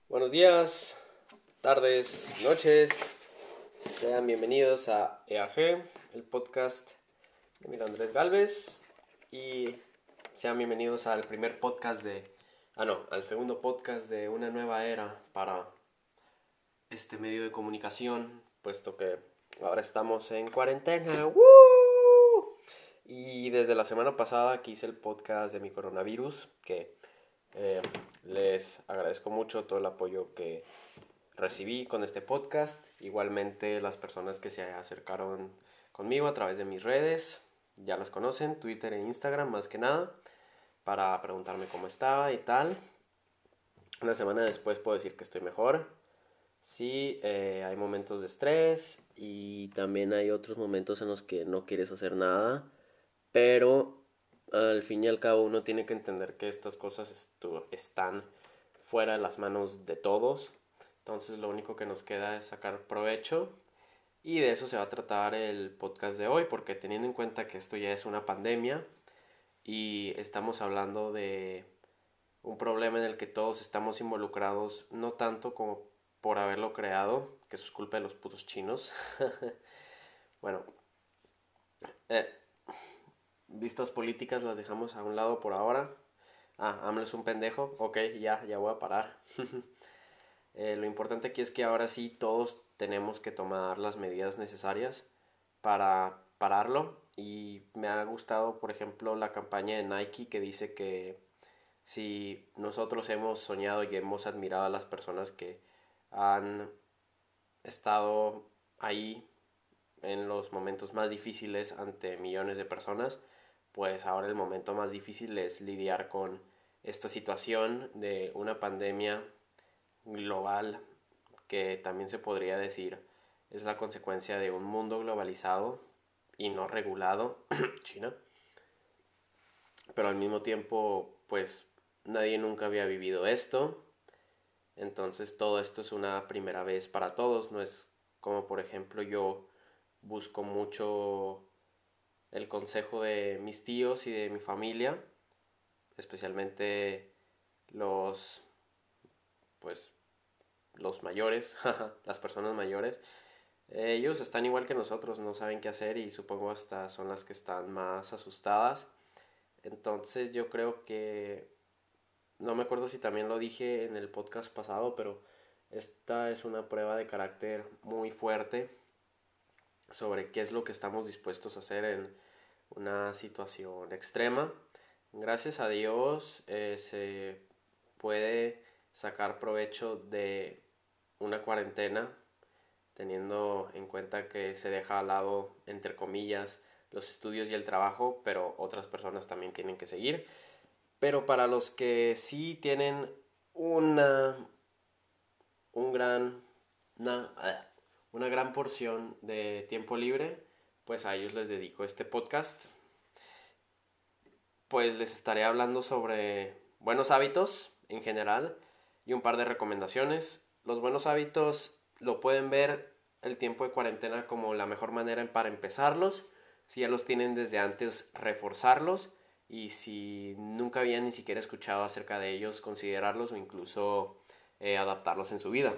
Buenos días, tardes, noches. Sean bienvenidos a EAG, el podcast de Miguel Andrés Galvez. Y sean bienvenidos al primer podcast al segundo podcast de una nueva era para este medio de comunicación, puesto que ahora estamos en cuarentena. ¡Woo! Y desde la semana pasada que hice el podcast de mi coronavirus, que eh, les agradezco mucho todo el apoyo que recibí con este podcast. Igualmente las personas que se acercaron conmigo a través de mis redes, ya las conocen, Twitter e Instagram más que nada, para preguntarme cómo estaba y tal. Una semana después puedo decir que estoy mejor. Sí, hay momentos de estrés y también hay otros momentos en los que no quieres hacer nada, pero al fin y al cabo uno tiene que entender que estas cosas están fuera de las manos de todos. Entonces lo único que nos queda es sacar provecho y de eso se va a tratar el podcast de hoy, porque teniendo en cuenta que esto ya es una pandemia y estamos hablando de un problema en el que todos estamos involucrados, no tanto como por haberlo creado, que eso es culpa de los putos chinos. Bueno, eh, vistas políticas las dejamos a un lado por ahora. AMLO es un pendejo. Ok, ya voy a parar. Lo importante aquí es que ahora sí todos tenemos que tomar las medidas necesarias para pararlo. Y me ha gustado, por ejemplo, la campaña de Nike que dice que si nosotros hemos soñado y hemos admirado a las personas que han estado ahí en los momentos más difíciles ante millones de personas, pues ahora el momento más difícil es lidiar con esta situación de una pandemia global que también se podría decir es la consecuencia de un mundo globalizado y no regulado, China, pero al mismo tiempo pues nadie nunca había vivido esto, entonces todo esto es una primera vez para todos, no es como por ejemplo yo busco mucho el consejo de mis tíos y de mi familia, especialmente los pues los mayores, las personas mayores. Ellos están igual que nosotros, no saben qué hacer y supongo hasta son las que están más asustadas. Entonces yo creo que, no me acuerdo si también lo dije en el podcast pasado, pero esta es una prueba de carácter muy fuerte sobre qué es lo que estamos dispuestos a hacer en una situación extrema. Gracias a Dios se puede sacar provecho de una cuarentena teniendo en cuenta que se deja al lado, entre comillas, los estudios y el trabajo, pero otras personas también tienen que seguir. Pero para los que sí tienen una, un gran, una, una gran porción de tiempo libre, pues a ellos les dedico este podcast. Pues les estaré hablando sobre buenos hábitos en general y un par de recomendaciones. Los buenos hábitos lo pueden ver el tiempo de cuarentena como la mejor manera para empezarlos. Si ya los tienen desde antes, reforzarlos. Y si nunca habían ni siquiera escuchado acerca de ellos, considerarlos o incluso adaptarlos en su vida.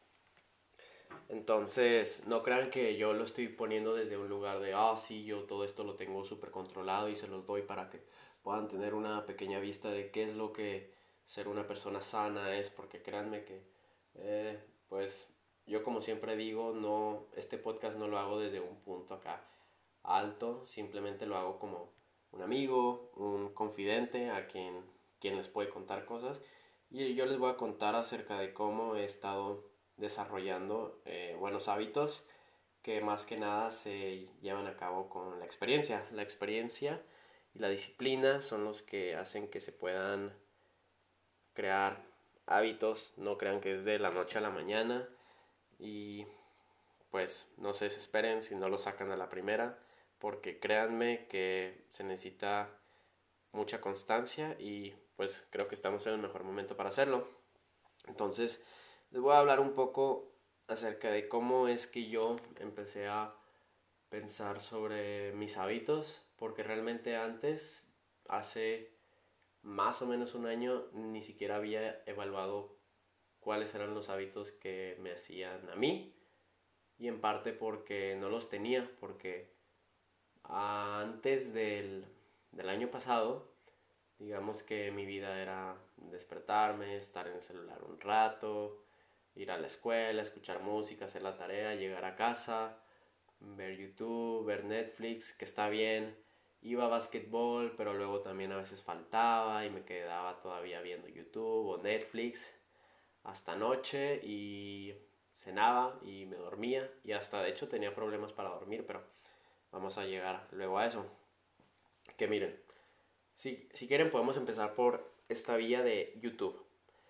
Entonces, no crean que yo lo estoy poniendo desde un lugar de, sí, yo todo esto lo tengo súper controlado y se los doy para que puedan tener una pequeña vista de qué es lo que ser una persona sana es, porque créanme que, pues, yo como siempre digo, no, este podcast no lo hago desde un punto acá alto, simplemente lo hago como un amigo, un confidente quien les puede contar cosas y yo les voy a contar acerca de cómo he estado desarrollando buenos hábitos que más que nada se llevan a cabo con la experiencia. La experiencia y la disciplina son los que hacen que se puedan crear hábitos, no crean que es de la noche a la mañana y pues no se desesperen si no lo sacan a la primera, porque créanme que se necesita mucha constancia y pues creo que estamos en el mejor momento para hacerlo. Entonces, les voy a hablar un poco acerca de cómo es que yo empecé a pensar sobre mis hábitos, porque realmente antes, hace más o menos un año, ni siquiera había evaluado cuáles eran los hábitos que me hacían a mí, y en parte porque no los tenía, porque antes del año pasado, digamos que mi vida era despertarme, estar en el celular un rato, ir a la escuela, escuchar música, hacer la tarea, llegar a casa, ver YouTube, ver Netflix, que está bien. Iba a básquetbol, pero luego también a veces faltaba y me quedaba todavía viendo YouTube o Netflix hasta noche y cenaba y me dormía y hasta de hecho tenía problemas para dormir, pero vamos a llegar luego a eso. Que miren, si quieren podemos empezar por esta vía de YouTube.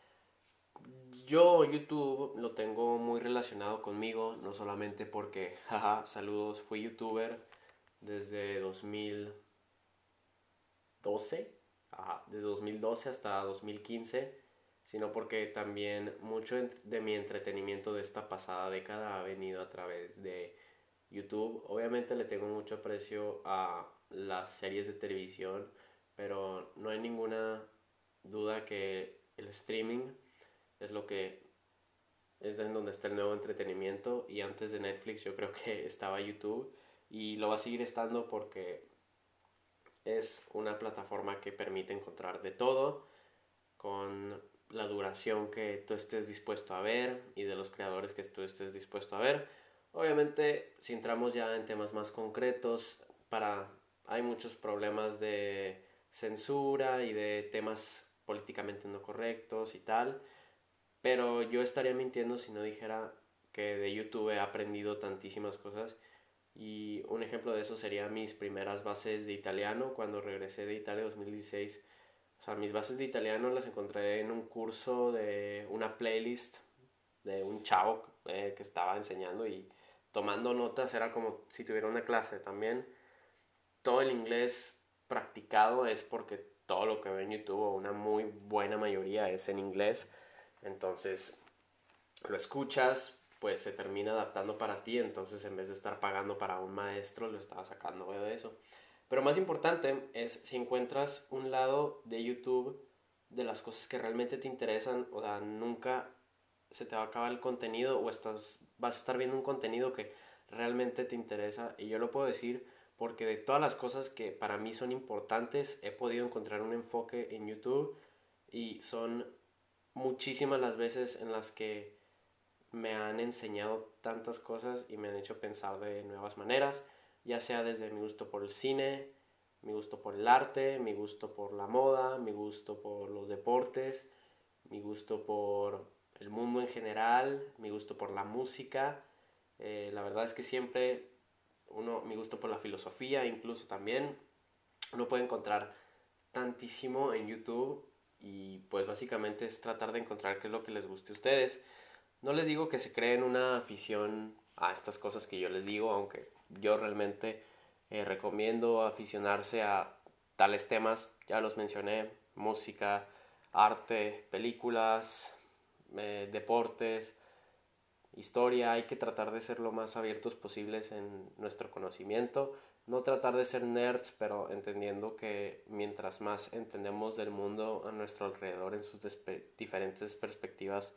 Yo YouTube lo tengo muy relacionado conmigo, no solamente porque, jaja, saludos, fui youtuber desde 2012, desde 2012 hasta 2015, sino porque también mucho de mi entretenimiento de esta pasada década ha venido a través de YouTube. Obviamente le tengo mucho aprecio a las series de televisión, pero no hay ninguna duda que el streaming es lo que es en donde está el nuevo entretenimiento, y antes de Netflix yo creo que estaba YouTube y lo va a seguir estando porque es una plataforma que permite encontrar de todo con la duración que tú estés dispuesto a ver y de los creadores que tú estés dispuesto a ver. Obviamente, si entramos ya en temas más concretos, hay muchos problemas de censura y de temas políticamente no correctos y tal, pero yo estaría mintiendo si no dijera que de YouTube he aprendido tantísimas cosas, y un ejemplo de eso sería mis primeras bases de italiano cuando regresé de Italia 2016. O sea, mis bases de italiano las encontré en un curso de una playlist de un chavo que estaba enseñando y tomando notas, era como si tuviera una clase también. Todo el inglés practicado es porque todo lo que veo en YouTube, o una muy buena mayoría, es en inglés. Entonces lo escuchas, pues se termina adaptando para ti, entonces en vez de estar pagando para un maestro, lo estaba sacando de eso. Pero más importante es si encuentras un lado de YouTube de las cosas que realmente te interesan, o sea, nunca se te va a acabar el contenido, o vas a estar viendo un contenido que realmente te interesa. Y yo lo puedo decir porque de todas las cosas que para mí son importantes, he podido encontrar un enfoque en YouTube, y son muchísimas las veces en las que me han enseñado tantas cosas y me han hecho pensar de nuevas maneras, ya sea desde mi gusto por el cine, mi gusto por el arte, mi gusto por la moda, mi gusto por los deportes, mi gusto por el mundo en general, mi gusto por la música. La verdad es que siempre mi gusto por la filosofía incluso también, uno puede encontrar tantísimo en YouTube, y pues básicamente es tratar de encontrar qué es lo que les guste a ustedes. No les digo que se creen una afición a estas cosas que yo les digo, aunque yo realmente recomiendo aficionarse a tales temas, ya los mencioné: música, arte, películas, deportes, historia. Hay que tratar de ser lo más abiertos posibles en nuestro conocimiento, no tratar de ser nerds, pero entendiendo que mientras más entendemos del mundo a nuestro alrededor en sus diferentes perspectivas,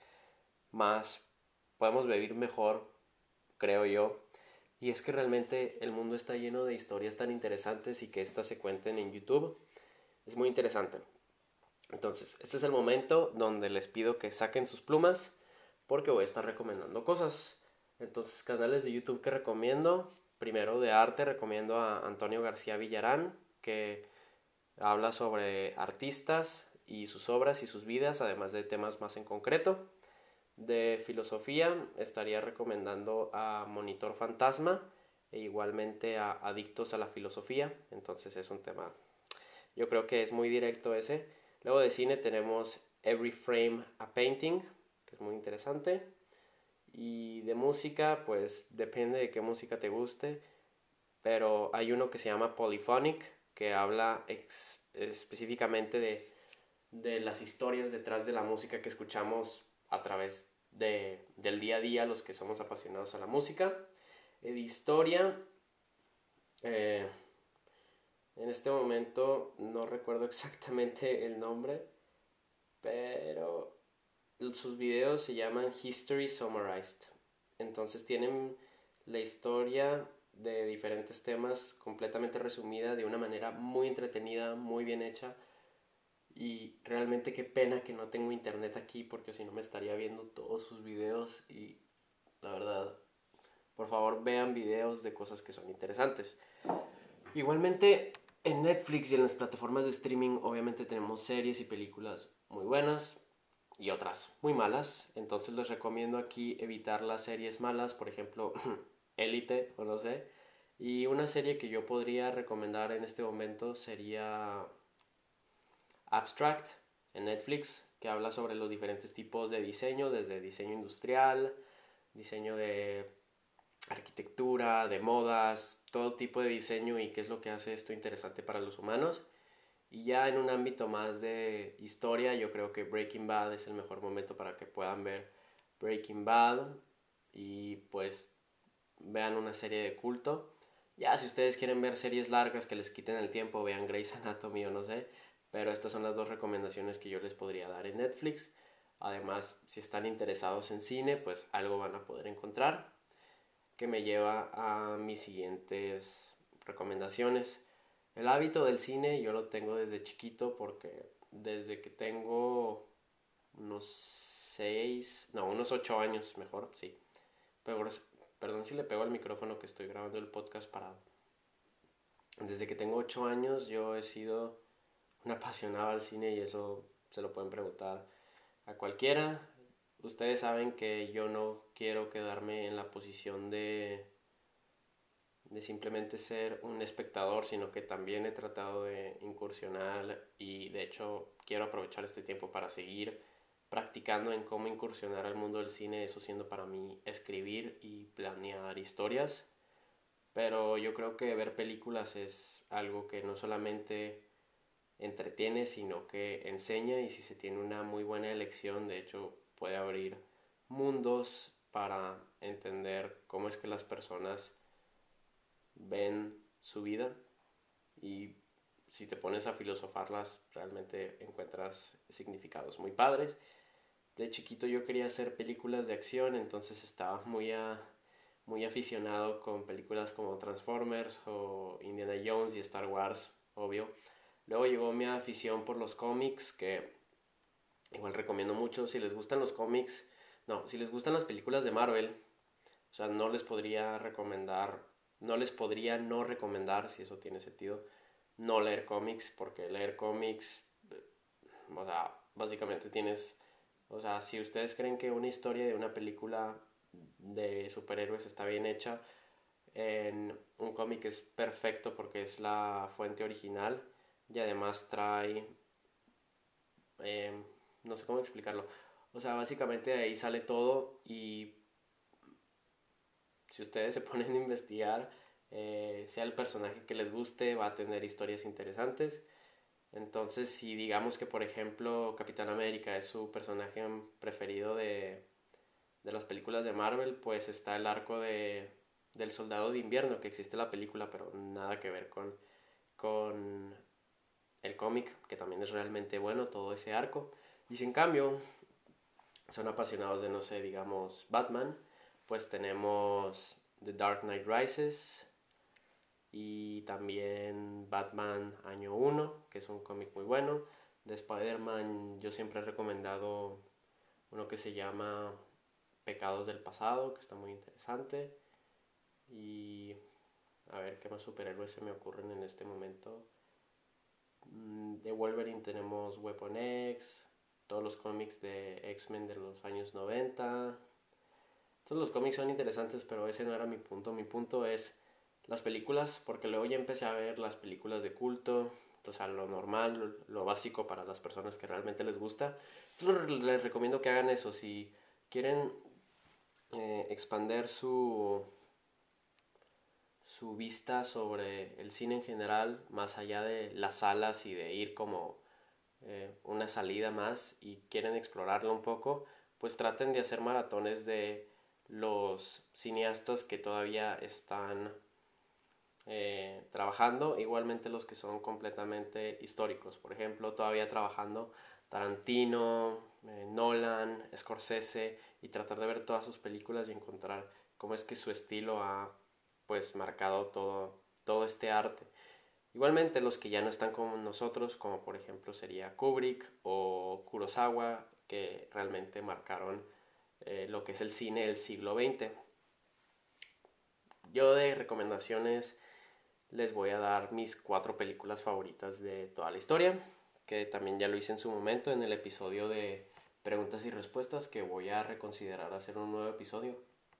más podemos vivir mejor, creo yo. Y es que realmente el mundo está lleno de historias tan interesantes, y que éstas se cuenten en YouTube es muy interesante. Entonces, este es el momento donde les pido que saquen sus plumas, porque voy a estar recomendando cosas. Entonces, canales de YouTube que recomiendo: primero, de arte, recomiendo a Antonio García Villarán, que habla sobre artistas y sus obras y sus vidas, además de temas más en concreto. De filosofía estaría recomendando a Monitor Fantasma, e igualmente a Adictos a la Filosofía. Entonces es un tema, yo creo que es muy directo ese. Luego de cine tenemos Every Frame a Painting, que es muy interesante. Y de música, pues depende de qué música te guste, pero hay uno que se llama Polyphonic, que habla específicamente de las historias detrás de la música que escuchamos a través del día a día, los que somos apasionados a la música. De historia, eh, en este momento no recuerdo exactamente el nombre, pero sus videos se llaman History Summarized. Entonces tienen la historia de diferentes temas completamente resumida de una manera muy entretenida, muy bien hecha. Y realmente qué pena que no tengo internet aquí porque si no me estaría viendo todos sus videos y la verdad, por favor vean videos de cosas que son interesantes. Igualmente en Netflix y en las plataformas de streaming obviamente tenemos series y películas muy buenas y otras muy malas. Entonces les recomiendo aquí evitar las series malas, por ejemplo, Élite o no sé. Y una serie que yo podría recomendar en este momento sería Abstract en Netflix, que habla sobre los diferentes tipos de diseño, desde diseño industrial, diseño de arquitectura, de modas, todo tipo de diseño y qué es lo que hace esto interesante para los humanos. Y ya en un ámbito más de historia, yo creo que Breaking Bad es el mejor momento para que puedan ver Breaking Bad y pues vean una serie de culto. Ya si ustedes quieren ver series largas que les quiten el tiempo, vean Grey's Anatomy o no sé, pero estas son las dos recomendaciones que yo les podría dar en Netflix. Además, si están interesados en cine, pues algo van a poder encontrar, que me lleva a mis siguientes recomendaciones. El hábito del cine yo lo tengo desde chiquito porque desde que tengo unos 6, no, unos 8 años mejor, sí. Pero, perdón si le pego al micrófono que estoy grabando el podcast parado. Desde que tengo 8 años yo he sido un apasionado al cine y eso se lo pueden preguntar a cualquiera. Ustedes saben que yo no quiero quedarme en la posición de simplemente ser un espectador, sino que también he tratado de incursionar y de hecho quiero aprovechar este tiempo para seguir practicando en cómo incursionar al mundo del cine, eso siendo para mí escribir y planear historias. Pero yo creo que ver películas es algo que no solamente entretiene, sino que enseña y si se tiene una muy buena elección, de hecho puede abrir mundos para entender cómo es que las personas ven su vida y si te pones a filosofarlas realmente encuentras significados muy padres. De chiquito yo quería hacer películas de acción, entonces estaba muy aficionado con películas como Transformers o Indiana Jones y Star Wars, obvio. Luego llegó mi afición por los cómics, que igual recomiendo mucho. Si les gustan los cómics, no, si les gustan las películas de Marvel, o sea, no les podría no recomendar, si eso tiene sentido, no leer cómics, porque leer cómics, o sea, básicamente tienes, o sea, si ustedes creen que una historia de una película de superhéroes está bien hecha, en un cómic es perfecto porque es la fuente original y además trae, eh, no sé cómo explicarlo, o sea, básicamente de ahí sale todo y si ustedes se ponen a investigar, sea el personaje que les guste, va a tener historias interesantes. Entonces, si digamos que, por ejemplo, Capitán América es su personaje preferido de las películas de Marvel, pues está el arco del Soldado de Invierno, que existe en la película, pero nada que ver con el cómic, que también es realmente bueno todo ese arco. Y si en cambio son apasionados de, no sé, digamos, Batman, pues tenemos The Dark Knight Rises y también Batman Año 1, que es un cómic muy bueno. De Spider-Man yo siempre he recomendado uno que se llama Pecados del Pasado, que está muy interesante. Y a ver qué más superhéroes se me ocurren en este momento. De Wolverine tenemos Weapon X, todos los cómics de X-Men de los años 90. Todos los cómics son interesantes, pero ese no era mi punto. Mi punto es las películas, porque luego ya empecé a ver las películas de culto, o sea, lo normal, lo básico para las personas que realmente les gusta. Entonces les recomiendo que hagan eso. Si quieren expander su vista sobre el cine en general, más allá de las salas y de ir como una salida más y quieren explorarlo un poco, pues traten de hacer maratones de los cineastas que todavía están trabajando, igualmente los que son completamente históricos. Por ejemplo, todavía trabajando Tarantino, Nolan, Scorsese, y tratar de ver todas sus películas y encontrar cómo es que su estilo ha pues marcado todo este arte. Igualmente los que ya no están con nosotros, como por ejemplo sería Kubrick o Kurosawa, que realmente marcaron lo que es el cine del siglo XX. Yo de recomendaciones les voy a dar mis 4 películas favoritas de toda la historia, que también ya lo hice en su momento en el episodio de preguntas y respuestas, que voy a reconsiderar hacer un nuevo episodio.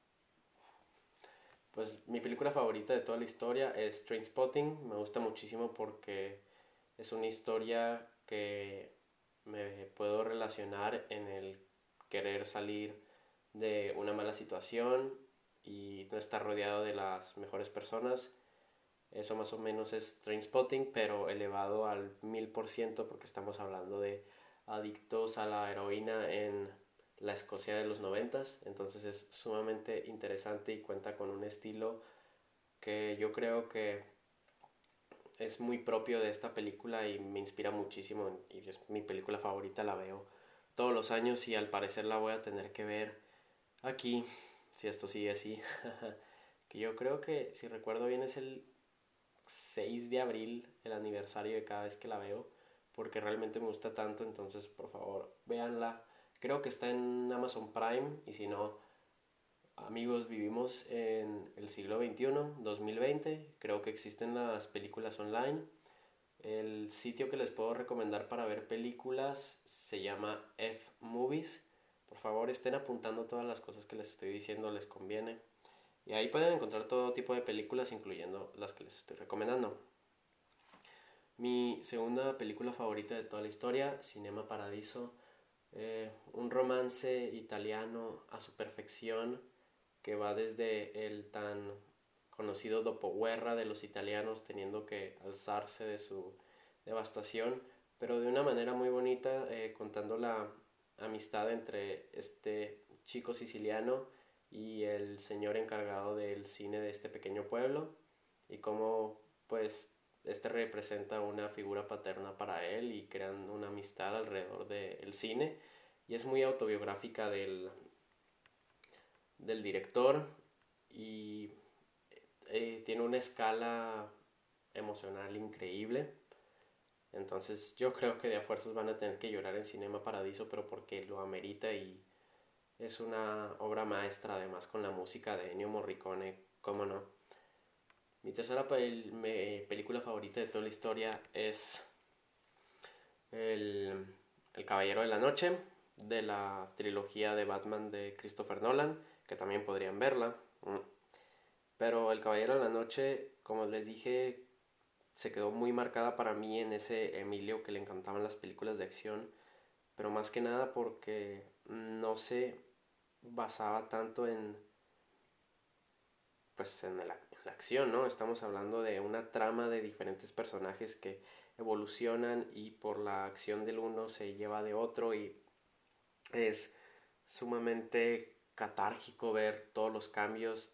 Pues mi película favorita de toda la historia es Trainspotting. Me gusta muchísimo porque es una historia que me puedo relacionar en el querer salir de una mala situación y no estar rodeado de las mejores personas. Eso más o menos es Trainspotting, pero elevado al 1000% porque estamos hablando de adictos a la heroína en la Escocia de los 90. Entonces es sumamente interesante y cuenta con un estilo que yo creo que es muy propio de esta película y me inspira muchísimo y es mi película favorita, la veo todos los años y al parecer la voy a tener que ver aquí, si esto sigue así. Que yo creo que, si recuerdo bien, es el 6 de abril, el aniversario de cada vez que la veo, porque realmente me gusta tanto, entonces por favor, véanla. Creo que está en Amazon Prime y si no, amigos, vivimos en el siglo XXI, 2020, creo que existen las películas online. El sitio que les puedo recomendar para ver películas se llama F-Movies. Por favor, estén apuntando todas las cosas que les estoy diciendo, les conviene. Y ahí pueden encontrar todo tipo de películas, incluyendo las que les estoy recomendando. Mi segunda película favorita de toda la historia, Cinema Paradiso, un romance italiano a su perfección que va desde el tan conocido dopoguerra de los italianos teniendo que alzarse de su devastación, pero de una manera muy bonita, contando la amistad entre este chico siciliano y el señor encargado del cine de este pequeño pueblo y cómo pues este representa una figura paterna para él y crean una amistad alrededor del cine y es muy autobiográfica del director y tiene una escala emocional increíble. Entonces yo creo que de a fuerzas van a tener que llorar en Cinema Paradiso, pero porque lo amerita y es una obra maestra, además con la música de Ennio Morricone, cómo no. Mi tercera película favorita de toda la historia es el, el Caballero de la Noche, de la trilogía de Batman de Christopher Nolan, que también podrían verla. Pero El Caballero de la Noche, como les dije, se quedó muy marcada para mí en ese Emilio que le encantaban las películas de acción, pero más que nada porque no se basaba tanto en pues en la acción, ¿no? Estamos hablando de una trama de diferentes personajes que evolucionan y por la acción del uno se lleva de otro y es sumamente catárgico ver todos los cambios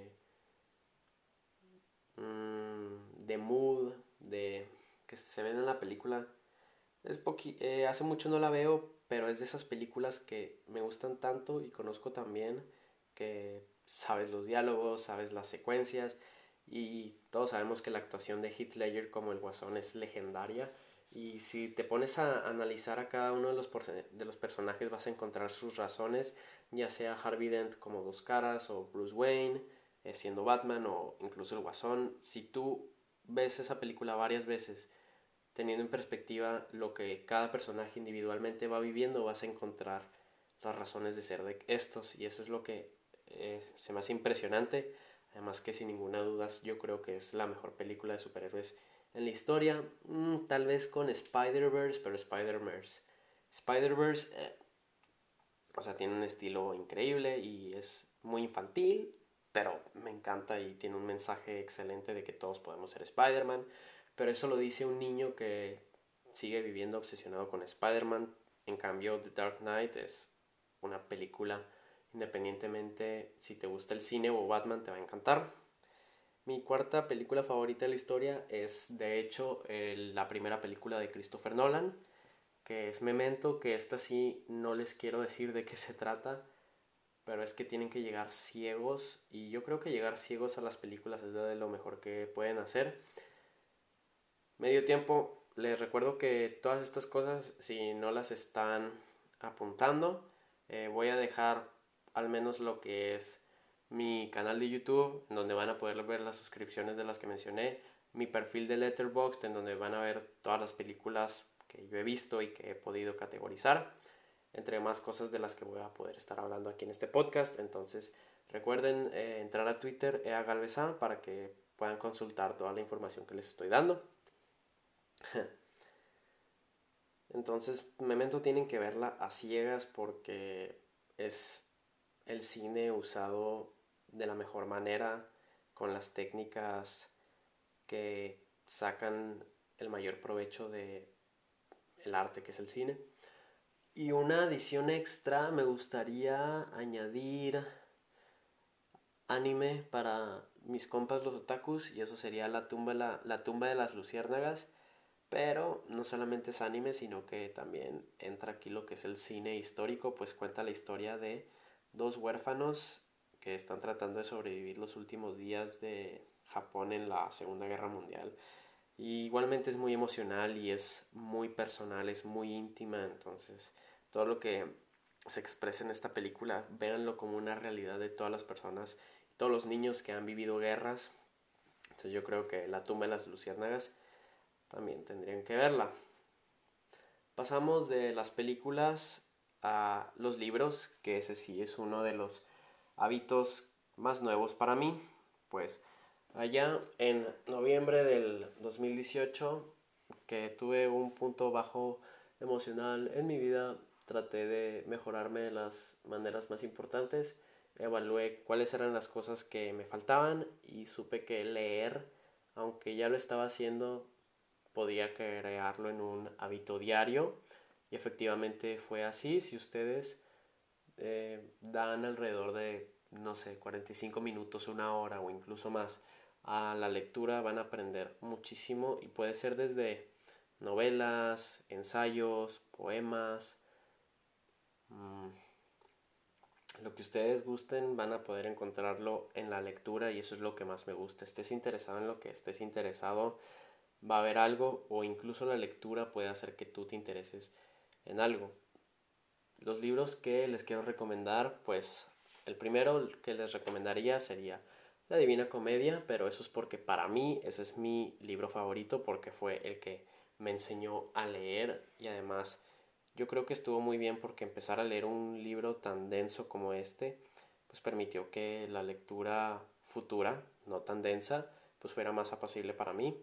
de mood que se ven en la película. Hace mucho no la veo, pero es de esas películas que me gustan tanto y conozco también que sabes los diálogos, sabes las secuencias y todos sabemos que la actuación de Heath Ledger como el Guasón es legendaria y si te pones a analizar a cada uno de los personajes vas a encontrar sus razones, ya sea Harvey Dent como Dos Caras o Bruce Wayne siendo Batman o incluso el Guasón. Si tú ves esa película varias veces teniendo en perspectiva lo que cada personaje individualmente va viviendo, vas a encontrar las razones de ser de estos y eso es lo que se me hace impresionante. Además que sin ninguna duda yo creo que es la mejor película de superhéroes en la historia, tal vez con Spider-Verse, pero Spider-Verse, o sea, tiene un estilo increíble y es muy infantil, pero me encanta y tiene un mensaje excelente de que todos podemos ser Spider-Man, pero eso lo dice un niño que sigue viviendo obsesionado con Spider-Man. En cambio, The Dark Knight es una película, independientemente si te gusta el cine o Batman, te va a encantar. Mi cuarta película favorita de la historia es, de hecho, la primera película de Christopher Nolan, que es Memento, que esta sí no les quiero decir de qué se trata, pero es que tienen que llegar ciegos, y yo creo que llegar ciegos a las películas es de lo mejor que pueden hacer. Medio tiempo, les recuerdo que todas estas cosas, si no las están apuntando, voy a dejar al menos lo que es mi canal de YouTube, en donde van a poder ver las suscripciones de las que mencioné, mi perfil de Letterboxd, en donde van a ver todas las películas que yo he visto y que he podido categorizar, entre más cosas de las que voy a poder estar hablando aquí en este podcast. Entonces recuerden entrar a Twitter, eagalvesa, para que puedan consultar toda la información que les estoy dando. Entonces, Memento tienen que verla a ciegas porque es el cine usado de la mejor manera, con las técnicas que sacan el mayor provecho de el arte que es el cine. Y una adición extra, me gustaría añadir anime para mis compas los otakus, y eso sería la tumba de las luciérnagas. Pero no solamente es anime, sino que también entra aquí lo que es el cine histórico, pues cuenta la historia de dos huérfanos que están tratando de sobrevivir los últimos días de Japón en la Segunda Guerra Mundial. Y igualmente es muy emocional y es muy personal, es muy íntima, entonces todo lo que se expresa en esta película, véanlo como una realidad de todas las personas, todos los niños que han vivido guerras. Entonces yo creo que La tumba de las luciérnagas también tendrían que verla. Pasamos de las películas a los libros, que ese sí es uno de los hábitos más nuevos para mí. Pues allá en noviembre del 2018, que tuve un punto bajo emocional en mi vida, traté de mejorarme de las maneras más importantes. Evalué cuáles eran las cosas que me faltaban y supe que leer, aunque ya lo estaba haciendo, podía crearlo en un hábito diario, y efectivamente fue así. Si ustedes dan alrededor de, no sé, 45 minutos, una hora o incluso más a la lectura, van a aprender muchísimo, y puede ser desde novelas, ensayos, poemas, lo que ustedes gusten, van a poder encontrarlo en la lectura, y eso es lo que más me gusta. Estés interesado en lo que estés interesado, va a haber algo, o incluso la lectura puede hacer que tú te intereses en algo. Los libros que les quiero recomendar, pues el primero que les recomendaría sería La Divina Comedia, pero eso es porque para mí ese es mi libro favorito, porque fue el que me enseñó a leer, y además yo creo que estuvo muy bien porque empezar a leer un libro tan denso como este pues permitió que la lectura futura, no tan densa, pues fuera más apacible para mí.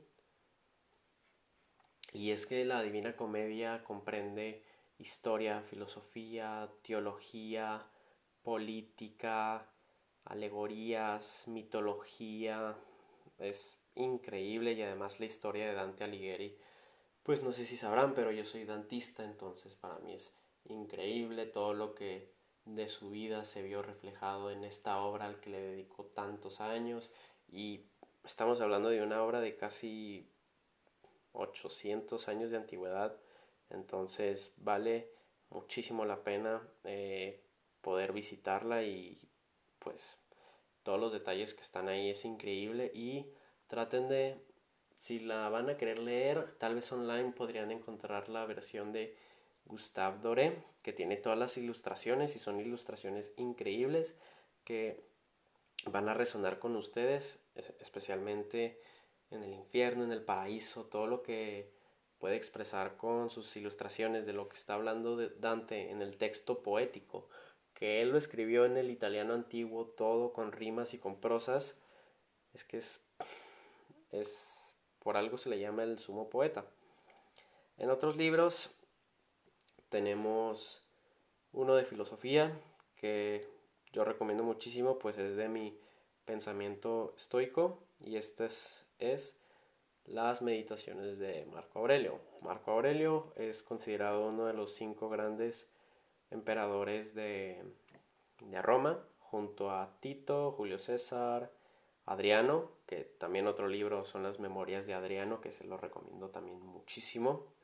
Y es que la Divina Comedia comprende historia, filosofía, teología, política, alegorías, mitología. Es increíble, y además la historia de Dante Alighieri, pues no sé si sabrán, pero yo soy dantista, entonces para mí es increíble todo lo que de su vida se vio reflejado en esta obra al que le dedicó tantos años. Y estamos hablando de una obra de casi 800 años de antigüedad, entonces vale muchísimo la pena poder visitarla, y pues todos los detalles que están ahí es increíble. Y traten de, si la van a querer leer, tal vez online podrían encontrar la versión de Gustave Doré, que tiene todas las ilustraciones, y son ilustraciones increíbles que van a resonar con ustedes, especialmente en el infierno, en el paraíso, todo lo que puede expresar con sus ilustraciones de lo que está hablando de Dante en el texto poético, que él lo escribió en el italiano antiguo, todo con rimas y con prosas. Es que es por algo se le llama el sumo poeta. En otros libros tenemos uno de filosofía que yo recomiendo muchísimo, pues es de mi pensamiento estoico, y este es Las Meditaciones de Marco Aurelio. Marco Aurelio es considerado uno de los 5 grandes emperadores de Roma, junto a Tito, Julio César, Adriano, que también otro libro son las Memorias de Adriano, que se lo recomiendo también muchísimo.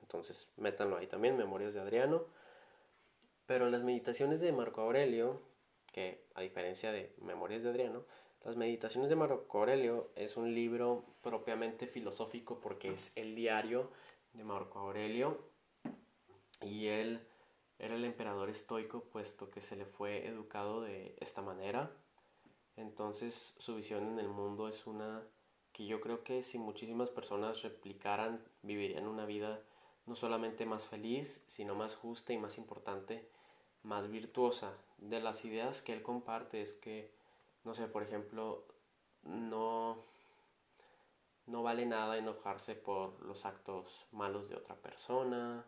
Entonces métanlo ahí también, Memorias de Adriano. Pero las meditaciones de Marco Aurelio, que a diferencia de Memorias de Adriano, las meditaciones de Marco Aurelio es un libro propiamente filosófico porque es el diario de Marco Aurelio y él era el emperador estoico puesto que se le fue educado de esta manera. Entonces su visión en el mundo es una que yo creo que si muchísimas personas replicaran, vivirían una vida no solamente más feliz, sino más justa y más importante, más virtuosa. De las ideas que él comparte es que, no sé, por ejemplo, no, no vale nada enojarse por los actos malos de otra persona.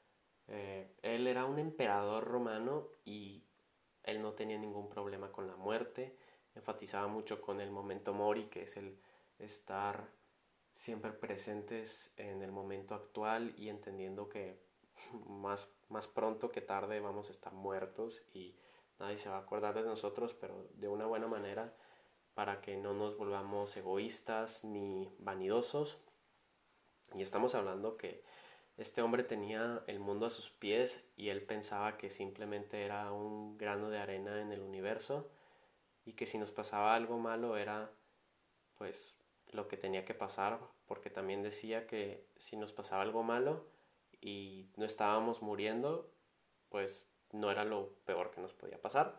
Él era un emperador romano y él no tenía ningún problema con la muerte. Enfatizaba mucho con el momento mori, que es el estar siempre presentes en el momento actual y entendiendo que más pronto que tarde vamos a estar muertos y nadie se va a acordar de nosotros, pero de una buena manera para que no nos volvamos egoístas ni vanidosos. Y estamos hablando que este hombre tenía el mundo a sus pies y él pensaba que simplemente era un grano de arena en el universo y que si nos pasaba algo malo era pues lo que tenía que pasar, porque también decía que si nos pasaba algo malo y no estábamos muriendo, pues no era lo peor que nos podía pasar.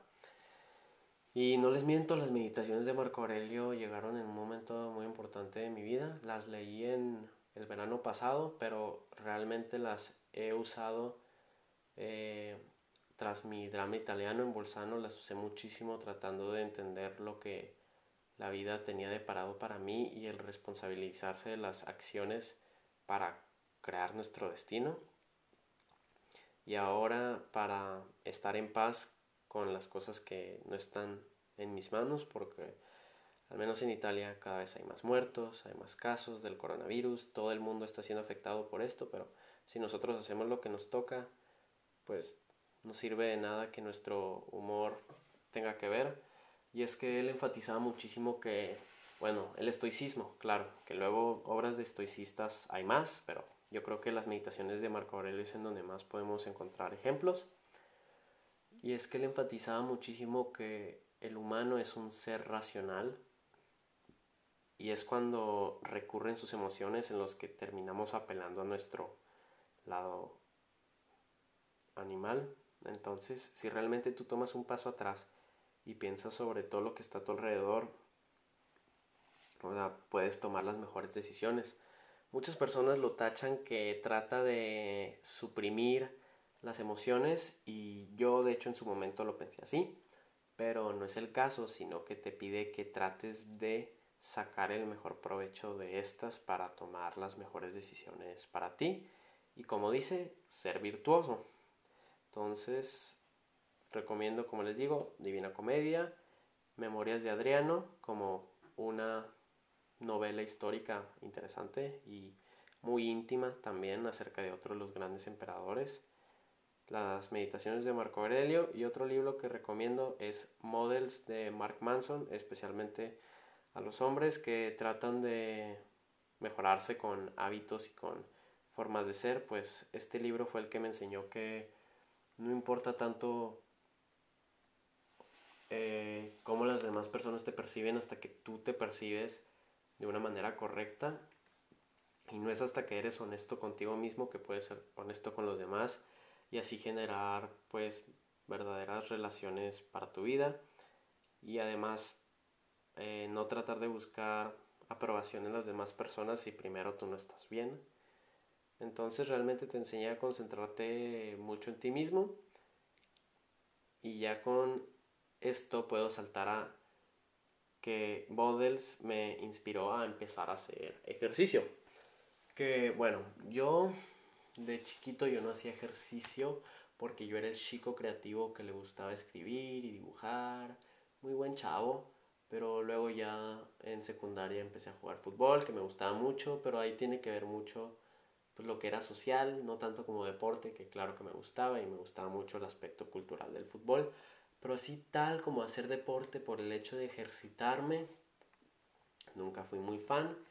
Y no les miento, las meditaciones de Marco Aurelio llegaron en un momento muy importante de mi vida. Las leí en el verano pasado, pero realmente las he usado eh, tras mi drama italiano en Bolzano. Las usé muchísimo tratando de entender lo que la vida tenía deparado para mí y el responsabilizarse de las acciones para crear nuestro destino. Y ahora para estar en paz con las cosas que no están en mis manos, porque al menos en Italia cada vez hay más muertos, hay más casos del coronavirus, todo el mundo está siendo afectado por esto, pero si nosotros hacemos lo que nos toca, pues no sirve de nada que nuestro humor tenga que ver. Y es que él enfatizaba muchísimo que, bueno, el estoicismo, claro, que luego obras de estoicistas hay más, pero yo creo que las meditaciones de Marco Aurelio es en donde más podemos encontrar ejemplos. Y es que él enfatizaba muchísimo que el humano es un ser racional y es cuando recurren sus emociones en los que terminamos apelando a nuestro lado animal. Entonces, si realmente tú tomas un paso atrás y piensas sobre todo lo que está a tu alrededor, o sea, puedes tomar las mejores decisiones. Muchas personas lo tachan que trata de suprimir las emociones y yo de hecho en su momento lo pensé así, pero no es el caso, sino que te pide que trates de sacar el mejor provecho de estas para tomar las mejores decisiones para ti y como dice, ser virtuoso. Entonces, recomiendo, como les digo, Divina Comedia, Memorias de Adriano, como una novela histórica interesante y muy íntima también acerca de otros de los grandes emperadores. Las meditaciones de Marco Aurelio y otro libro que recomiendo es Models de Mark Manson, especialmente a los hombres que tratan de mejorarse con hábitos y con formas de ser, pues este libro fue el que me enseñó que no importa tanto cómo las demás personas te perciben hasta que tú te percibes de una manera correcta y no es hasta que eres honesto contigo mismo que puedes ser honesto con los demás y así generar pues verdaderas relaciones para tu vida y además no tratar de buscar aprobación en las demás personas si primero tú no estás bien. Entonces realmente te enseña a concentrarte mucho en ti mismo y ya con esto puedo saltar a que Bodels me inspiró a empezar a hacer ejercicio. Que bueno, yo de chiquito yo no hacía ejercicio porque yo era el chico creativo que le gustaba escribir y dibujar, muy buen chavo, pero luego ya en secundaria empecé a jugar fútbol, que me gustaba mucho, pero ahí tiene que ver mucho pues lo que era social, no tanto como deporte, que claro que me gustaba y me gustaba mucho el aspecto cultural del fútbol, pero así tal como hacer deporte por el hecho de ejercitarme, nunca fui muy fan.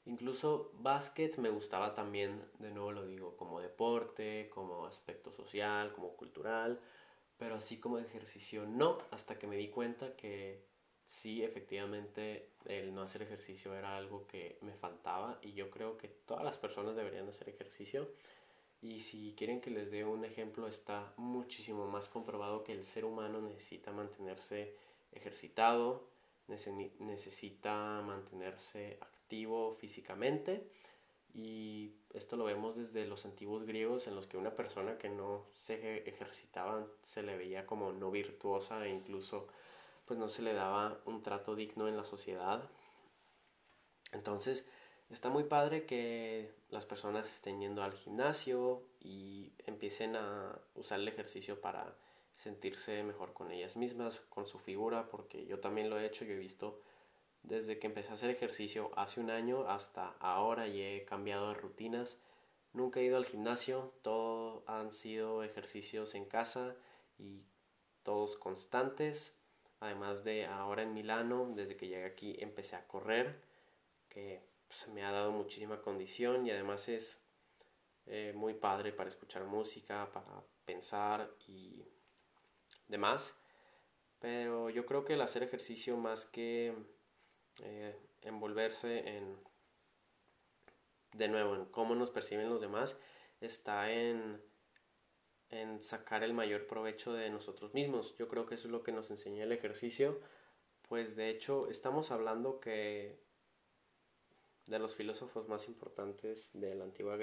Incluso básquet me gustaba también, de nuevo lo digo, como deporte, como aspecto social, como cultural, pero así como ejercicio no, hasta que me di cuenta que sí, efectivamente, el no hacer ejercicio era algo que me faltaba y yo creo que todas las personas deberían hacer ejercicio. Y si quieren que les dé un ejemplo, está muchísimo más comprobado que el ser humano necesita mantenerse ejercitado, necesita mantenerse activo físicamente. Y esto lo vemos desde los antiguos griegos, en los que una persona que no se ejercitaba se le veía como no virtuosa e incluso pues no se le daba un trato digno en la sociedad. Entonces, está muy padre que las personas estén yendo al gimnasio y empiecen a usar el ejercicio para sentirse mejor con ellas mismas, con su figura, porque yo también lo he hecho, yo he visto desde que empecé a hacer ejercicio hace un año hasta ahora y he cambiado de rutinas. Nunca he ido al gimnasio, todo han sido ejercicios en casa y todos constantes. Además de ahora en Milano, desde que llegué aquí empecé a correr, que pues, me ha dado muchísima condición y además es muy padre para escuchar música, para pensar y demás. Pero yo creo que el hacer ejercicio más que envolverse en, de nuevo, en cómo nos perciben los demás, está en sacar el mayor provecho de nosotros mismos. Yo creo que eso es lo que nos enseña el ejercicio. Pues de hecho estamos hablando que de los filósofos más importantes de la antigua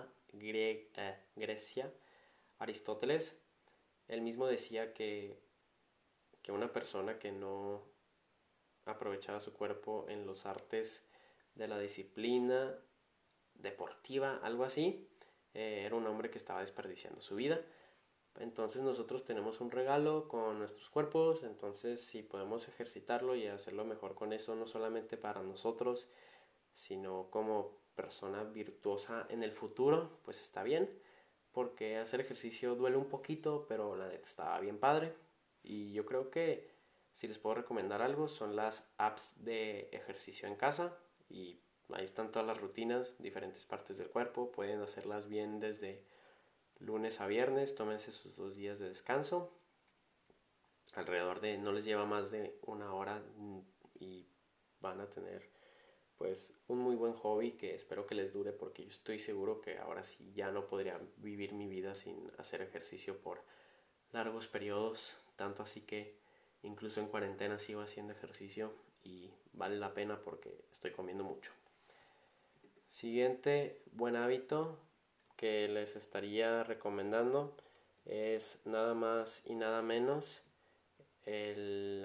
Grecia, Aristóteles, él mismo decía que una persona que no aprovechaba su cuerpo en los artes de la disciplina deportiva, algo así, era un hombre que estaba desperdiciando su vida. Entonces nosotros tenemos un regalo con nuestros cuerpos, entonces si podemos ejercitarlo y hacerlo mejor con eso, no solamente para nosotros, sino como persona virtuosa en el futuro, pues está bien, porque hacer ejercicio duele un poquito, pero la neta está bien padre. Y yo creo que si les puedo recomendar algo son las apps de ejercicio en casa y ahí están todas las rutinas, diferentes partes del cuerpo, pueden hacerlas bien desde lunes a viernes, tómense sus 2 días de descanso, alrededor de, no les lleva más de una hora y van a tener pues un muy buen hobby que espero que les dure porque yo estoy seguro que ahora sí ya no podría vivir mi vida sin hacer ejercicio por largos periodos, tanto así que incluso en cuarentena sigo haciendo ejercicio y vale la pena porque estoy comiendo mucho. Siguiente buen hábito que les estaría recomendando es nada más y nada menos el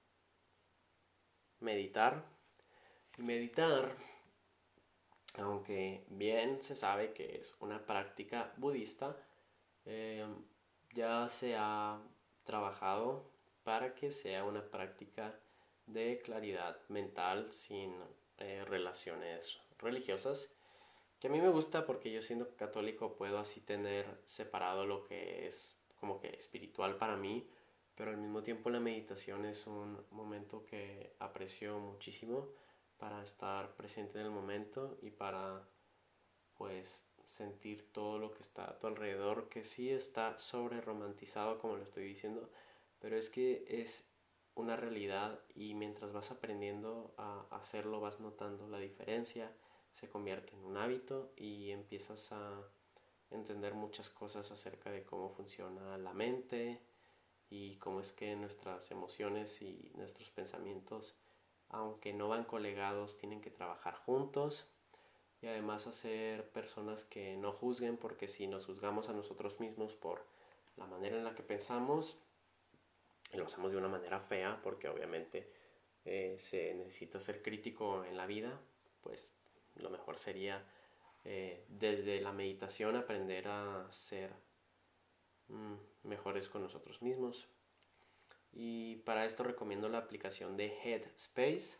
meditar. Meditar, aunque bien se sabe que es una práctica budista, eh, ya se ha trabajado para que sea una práctica de claridad mental sin relaciones religiosas, que a mí me gusta porque yo siendo católico puedo así tener separado lo que es como que espiritual para mí, pero al mismo tiempo la meditación es un momento que aprecio muchísimo para estar presente en el momento y para pues sentir todo lo que está a tu alrededor, que sí está sobre romantizado como lo estoy diciendo, pero es que es una realidad y mientras vas aprendiendo a hacerlo vas notando la diferencia, se convierte en un hábito y empiezas a entender muchas cosas acerca de cómo funciona la mente y cómo es que nuestras emociones y nuestros pensamientos, aunque no van colegados, tienen que trabajar juntos y además a ser personas que no juzguen, porque si nos juzgamos a nosotros mismos por la manera en la que pensamos, y lo hacemos de una manera fea, porque obviamente se necesita ser crítico en la vida, pues lo mejor sería desde la meditación aprender a ser mejores con nosotros mismos. Y para esto recomiendo la aplicación de Headspace,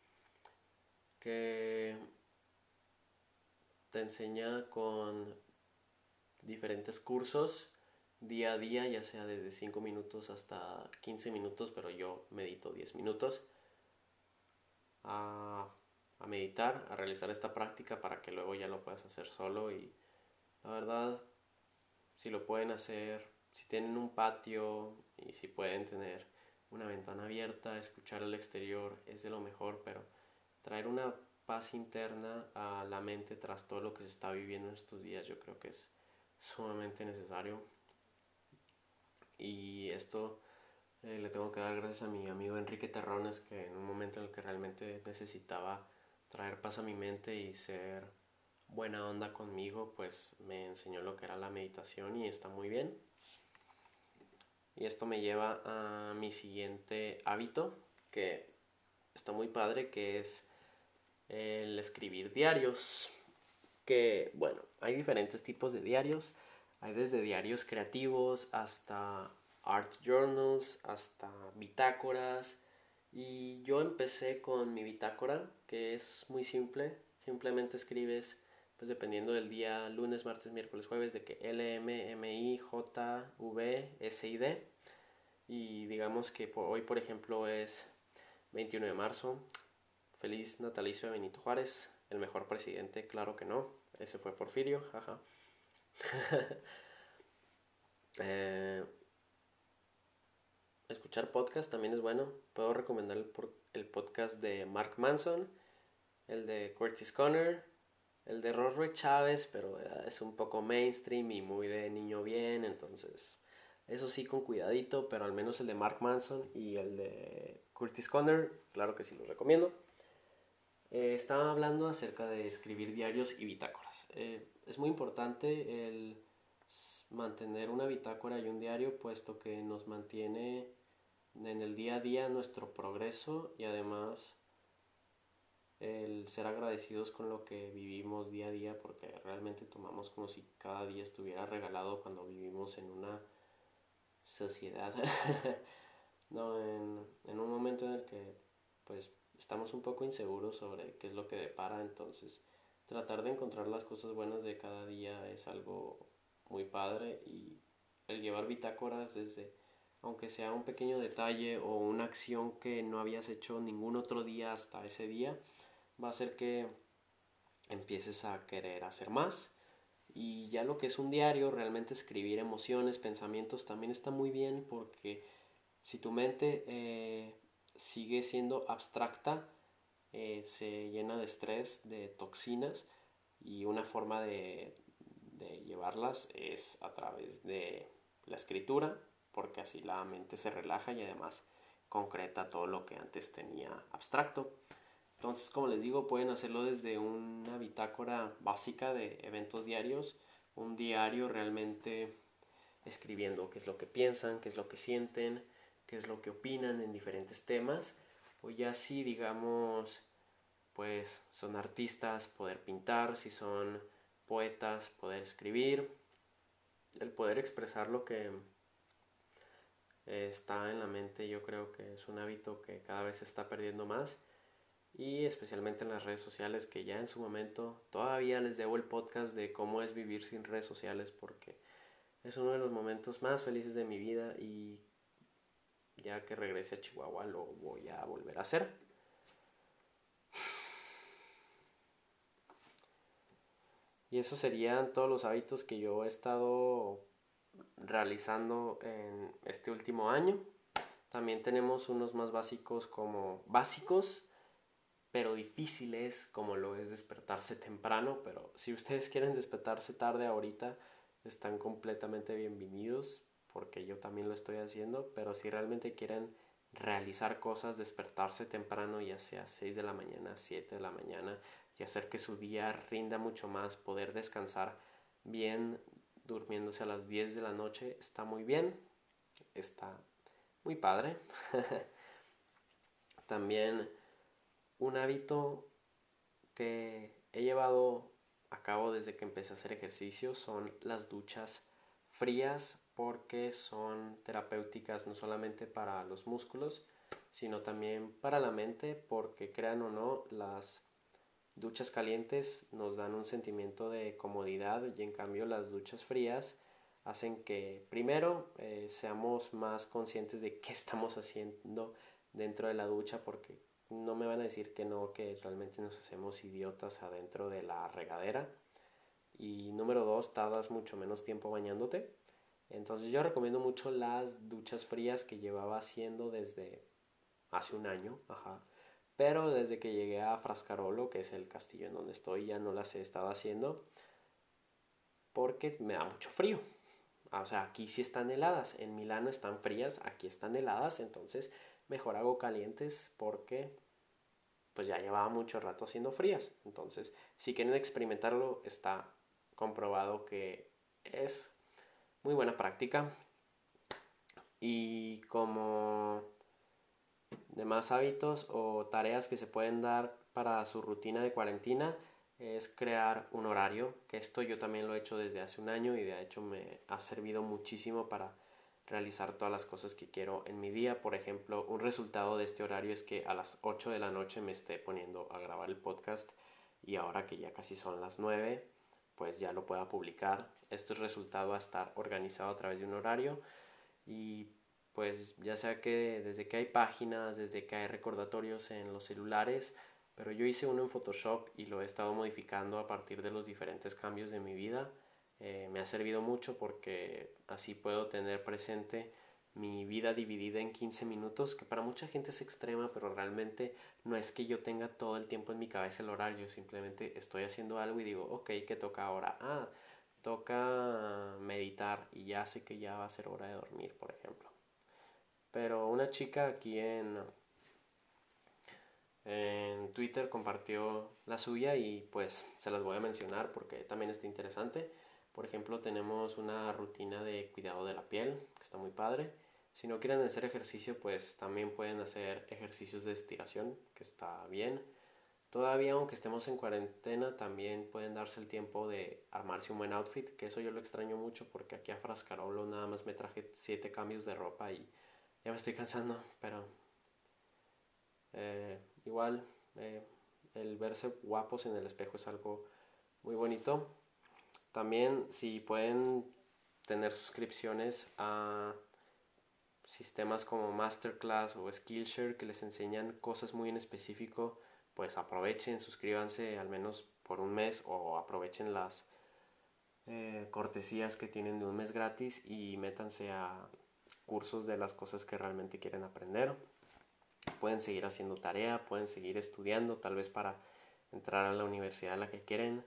que te enseña con diferentes cursos día a día, ya sea desde 5 minutos hasta 15 minutos, pero yo medito 10 minutos, a a meditar, a realizar esta práctica para que luego ya lo puedas hacer solo. Y la verdad, si lo pueden hacer, si tienen un patio y si pueden tener una ventana abierta, escuchar el exterior es de lo mejor, pero traer una paz interna a la mente tras todo lo que se está viviendo en estos días yo creo que es sumamente necesario. Y esto le tengo que dar gracias a mi amigo Enrique Terrones, que en un momento en el que realmente necesitaba traer paz a mi mente y ser buena onda conmigo, pues me enseñó lo que era la meditación y está muy bien. Y esto me lleva a mi siguiente hábito, que está muy padre, que es el escribir diarios. Que, bueno, hay diferentes tipos de diarios. Hay desde diarios creativos hasta art journals, hasta bitácoras. Y yo empecé con mi bitácora, que es muy simple. Simplemente escribes, pues dependiendo del día, lunes, martes, miércoles, jueves, de que L, M, M, I, J, V, S y D. Y digamos que hoy, por ejemplo, es 21 de marzo. Feliz natalicio de Benito Juárez, el mejor presidente, claro que no. Ese fue Porfirio, jaja. eh, Escuchar podcast también es bueno. Puedo recomendar el podcast de Mark Manson, el de Curtis Conner, el de Rory Chávez, pero es un poco mainstream y muy de niño bien, entonces eso sí con cuidadito, pero al menos el de Mark Manson y el de Curtis Conner, claro que sí los recomiendo. Estaba hablando acerca de escribir diarios y bitácoras. Es muy importante el mantener una bitácora y un diario, puesto que nos mantiene en el día a día nuestro progreso y además el ser agradecidos con lo que vivimos día a día, porque realmente tomamos como si cada día estuviera regalado cuando vivimos en una sociedad. No, en un momento en el que pues estamos un poco inseguros sobre qué es lo que depara, entonces tratar de encontrar las cosas buenas de cada día es algo muy padre. Y el llevar bitácoras desde, aunque sea un pequeño detalle o una acción que no habías hecho ningún otro día hasta ese día, va a hacer que empieces a querer hacer más. Y ya lo que es un diario, realmente escribir emociones, pensamientos, también está muy bien, porque si tu mente sigue siendo abstracta, se llena de estrés, de toxinas, y una forma de llevarlas es a través de la escritura, porque así la mente se relaja y además concreta todo lo que antes tenía abstracto. Entonces, como les digo, pueden hacerlo desde una bitácora básica de eventos diarios, un diario realmente escribiendo qué es lo que piensan, qué es lo que sienten, qué es lo que opinan en diferentes temas. O ya si digamos, pues son artistas, poder pintar, si son poetas, poder escribir, el poder expresar lo que está en la mente. Yo creo que es un hábito que cada vez se está perdiendo más, y especialmente en las redes sociales, que ya en su momento todavía les debo el podcast de cómo es vivir sin redes sociales, porque es uno de los momentos más felices de mi vida y ya que regrese a Chihuahua lo voy a volver a hacer. Y esos serían todos los hábitos que yo he estado realizando en este último año. También tenemos unos más básicos, como básicos pero difíciles, como lo es despertarse temprano. Pero si ustedes quieren despertarse tarde ahorita, están completamente bienvenidos, porque yo también lo estoy haciendo. Pero si realmente quieren realizar cosas, despertarse temprano, ya sea 6 de la mañana, 7 de la mañana, y hacer que su día rinda mucho más, poder descansar bien durmiéndose a las 10 de la noche, está muy bien, está muy padre. También un hábito que he llevado a cabo desde que empecé a hacer ejercicio son las duchas frías, porque son terapéuticas no solamente para los músculos, sino también para la mente, porque crean o no, las duchas calientes nos dan un sentimiento de comodidad, y en cambio las duchas frías hacen que primero seamos más conscientes de qué estamos haciendo dentro de la ducha, porque no me van a decir que no, que realmente nos hacemos idiotas adentro de la regadera. Y número dos, tardas mucho menos tiempo bañándote. Entonces yo recomiendo mucho las duchas frías que llevaba haciendo desde hace un año, ajá. Pero desde que llegué a Frascarolo, que es el castillo en donde estoy, ya no las he estado haciendo porque me da mucho frío. O sea, aquí sí están heladas, en Milano están frías, aquí están heladas, entonces mejor hago calientes porque pues ya llevaba mucho rato haciendo frías. Entonces, si quieren experimentarlo, está comprobado que es muy buena práctica. Y como demás hábitos o tareas que se pueden dar para su rutina de cuarentena es crear un horario, que esto yo también lo he hecho desde hace un año y de hecho me ha servido muchísimo para realizar todas las cosas que quiero en mi día. Por ejemplo, un resultado de este horario es que a las 8 de la noche me esté poniendo a grabar el podcast y ahora que ya casi son las 9, pues ya lo pueda publicar. Esto es resultado a estar organizado a través de un horario y pues ya sea que desde que hay páginas, desde que hay recordatorios en los celulares, pero yo hice uno en Photoshop y lo he estado modificando a partir de los diferentes cambios de mi vida. Me ha servido mucho porque así puedo tener presente mi vida dividida en 15 minutos, que para mucha gente es extrema, pero realmente no es que yo tenga todo el tiempo en mi cabeza el horario, simplemente estoy haciendo algo y digo, ok, ¿qué toca ahora? Ah, toca meditar y ya sé que ya va a ser hora de dormir, por ejemplo. Pero una chica aquí en Twitter compartió la suya y pues se las voy a mencionar porque también está interesante. Por ejemplo, tenemos una rutina de cuidado de la piel, que está muy padre. Si no quieren hacer ejercicio, pues también pueden hacer ejercicios de estiración, que está bien. Todavía, aunque estemos en cuarentena, también pueden darse el tiempo de armarse un buen outfit, que eso yo lo extraño mucho porque aquí a Frascarolo nada más me traje 7 cambios de ropa y ya me estoy cansando, pero igual eh, el verse guapos en el espejo es algo muy bonito. También si pueden tener suscripciones a sistemas como Masterclass o Skillshare que les enseñan cosas muy en específico, pues aprovechen, suscríbanse al menos por un mes o aprovechen las cortesías que tienen de un mes gratis y métanse a cursos de las cosas que realmente quieren aprender. Pueden seguir haciendo tarea, pueden seguir estudiando, tal vez para entrar a la universidad a la que quieren.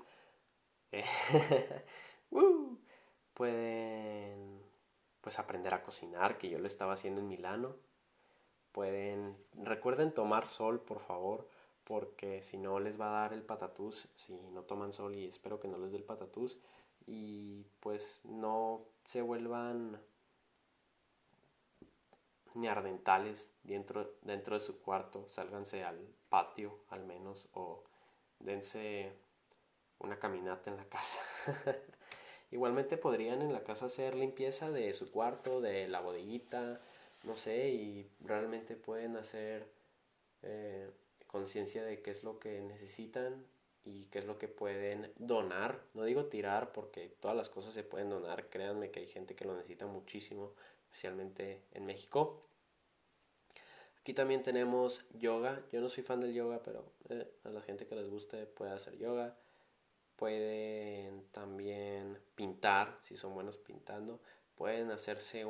Pueden pues aprender a cocinar, que yo lo estaba haciendo en Milano. Recuerden tomar sol, por favor, porque si no les va a dar el patatús si no toman sol y espero que no les dé el patatús y pues no se vuelvan neandertales dentro de su cuarto, sálganse al patio al menos o dense una caminata en la casa. Igualmente podrían en la casa hacer limpieza de su cuarto, de la bodeguita, no sé, y realmente pueden hacer eh, conciencia de qué es lo que necesitan y qué es lo que pueden donar. No digo tirar porque todas las cosas se pueden donar, créanme que hay gente que lo necesita muchísimo, especialmente en México. Aquí también tenemos yoga. Yo no soy fan del yoga, pero a la gente que les guste puede hacer yoga. Pueden también pintar, si son buenos pintando. Pueden hacerse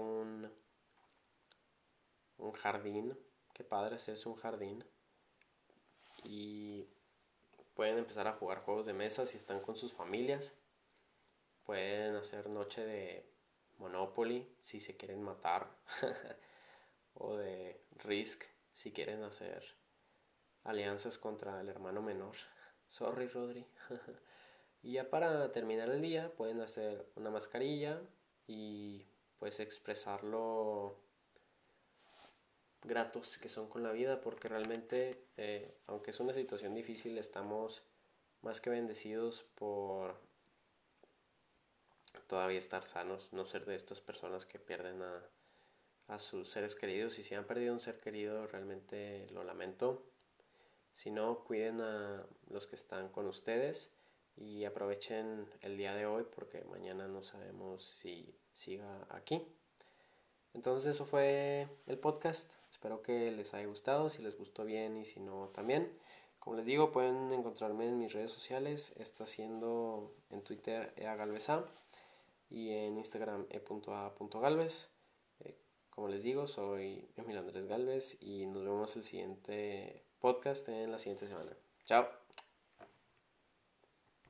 un jardín. Qué padre hacerse un jardín. Y pueden empezar a jugar juegos de mesa si están con sus familias. Pueden hacer noche de Monopoly si se quieren matar. O de Risk si quieren hacer alianzas contra el hermano menor. Sorry, Rodri. Y ya para terminar el día pueden hacer una mascarilla y pues expresar lo gratos que son con la vida porque realmente aunque es una situación difícil estamos más que bendecidos por todavía estar sanos, no ser de estas personas que pierden a sus seres queridos y si han perdido un ser querido realmente lo lamento. Si no, cuiden a los que están con ustedes y aprovechen el día de hoy porque mañana no sabemos si siga aquí. Entonces eso fue el podcast. Espero que les haya gustado, si les gustó bien y si no también. Como les digo, pueden encontrarme en mis redes sociales. Está siendo en Twitter eagalvesa y en Instagram e.a.galvez. Como les digo, soy Emil Andrés Galvez y nos vemos el siguiente podcast en la siguiente semana. Chao.